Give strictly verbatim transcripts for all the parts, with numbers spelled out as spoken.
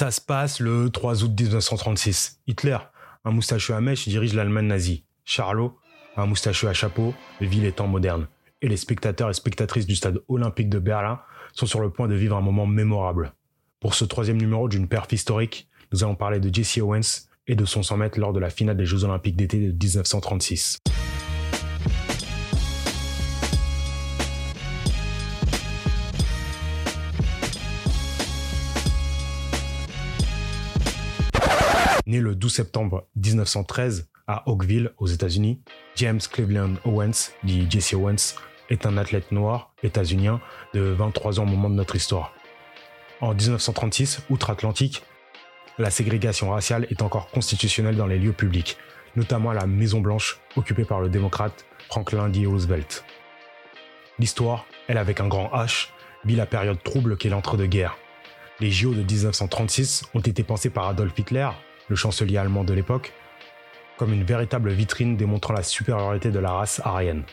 Ça se passe le trois août dix-neuf cent trente-six. Hitler, un moustachu à mèche, dirige l'Allemagne nazie. Charlot, un moustachu à chapeau, vit les temps modernes. Et les spectateurs et spectatrices du stade olympique de Berlin sont sur le point de vivre un moment mémorable. Pour ce troisième numéro d'une perf historique, nous allons parler de Jesse Owens et de son cent mètres lors de la finale des Jeux Olympiques d'été de dix-neuf cent trente-six. Né le douze septembre dix-neuf cent treize à Oakville, aux États-Unis, James Cleveland Owens, dit Jesse Owens, est un athlète noir états-unien de vingt-trois ans au moment de notre histoire. En dix-neuf cent trente-six, outre-Atlantique, la ségrégation raciale est encore constitutionnelle dans les lieux publics, notamment à la Maison-Blanche, occupée par le démocrate Franklin D. Roosevelt. L'histoire, elle avec un grand H, vit la période trouble qu'est l'entre-deux-guerres. Les J O de dix-neuf cent trente-six ont été pensés par Adolf Hitler, le chancelier allemand de l'époque, comme une véritable vitrine démontrant la supériorité de la race aryenne.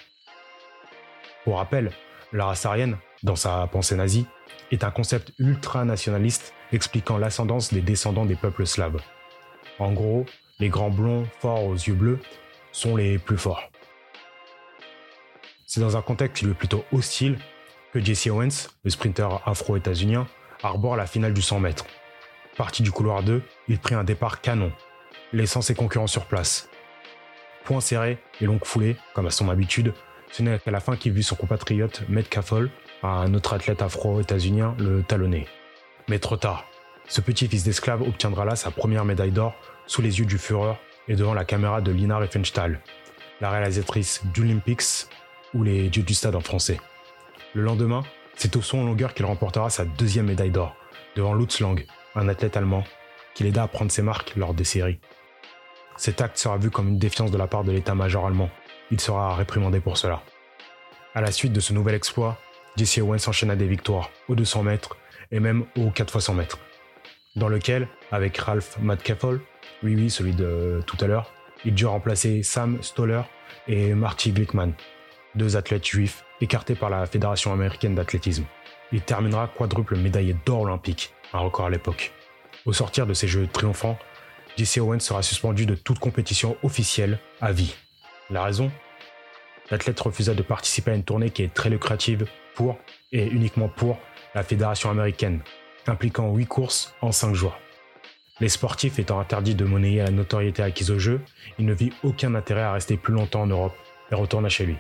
Pour rappel, la race aryenne, dans sa pensée nazie, est un concept ultra-nationaliste expliquant l'ascendance des descendants des peuples slaves. En gros, les grands blonds forts aux yeux bleus sont les plus forts. C'est dans un contexte qui lui est plutôt hostile que Jesse Owens, le sprinter afro-états-unien, arbore la finale du cent mètres. Parti du couloir deux, il prit un départ canon, laissant ses concurrents sur place. Point serré et longue foulée, comme à son habitude, ce n'est qu'à la fin qu'il vit son compatriote Metcalf, un autre athlète afro-états-unien, le talonner. Mais trop tard, ce petit fils d'esclave obtiendra là sa première médaille d'or sous les yeux du Führer et devant la caméra de Lina Riefenstahl, la réalisatrice d'Olympics ou les dieux du stade en français. Le lendemain, c'est au saut en longueur qu'il remportera sa deuxième médaille d'or, devant Lutz Lang, un athlète allemand, qui l'aida à prendre ses marques lors des séries. Cet acte sera vu comme une défiance de la part de l'état-major allemand. Il sera réprimandé pour cela. À la suite de ce nouvel exploit, Jesse Owens enchaîna des victoires aux deux cents mètres et même aux quatre fois cent mètres, dans lequel, avec Ralph Metcalf, oui oui celui de tout à l'heure, il dut remplacer Sam Stoller et Marty Glickman, deux athlètes juifs écartés par la Fédération américaine d'athlétisme. Il terminera quadruple médaillé d'or olympique, un record à l'époque. Au sortir de ces jeux triomphants, Jesse Owens sera suspendu de toute compétition officielle à vie. La raison ? L'athlète refusa de participer à une tournée qui est très lucrative pour, et uniquement pour, la Fédération américaine, impliquant huit courses en cinq jours. Les sportifs étant interdits de monnayer la notoriété acquise au jeu, il ne vit aucun intérêt à rester plus longtemps en Europe et retourna chez lui.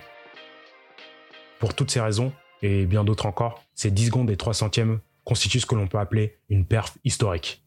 Pour toutes ces raisons, et bien d'autres encore, ces dix secondes et trois centièmes constituent ce que l'on peut appeler une perf historique.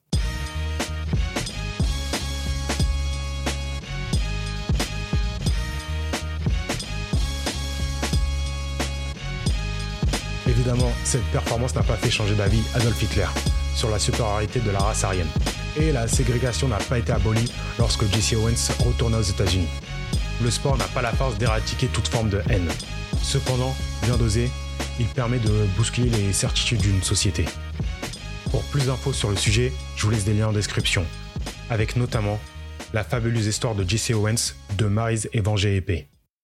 Évidemment, cette performance n'a pas fait changer d'avis Adolf Hitler sur la supériorité de la race aryenne. Et la ségrégation n'a pas été abolie lorsque Jesse Owens retourna aux États-Unis. Le sport n'a pas la force d'éradiquer toute forme de haine. Cependant, bien dosé, il permet de bousculer les certitudes d'une société. Pour plus d'infos sur le sujet, je vous laisse des liens en description, avec notamment la fabuleuse histoire de Jesse Owens de Maryse Evanger Épée.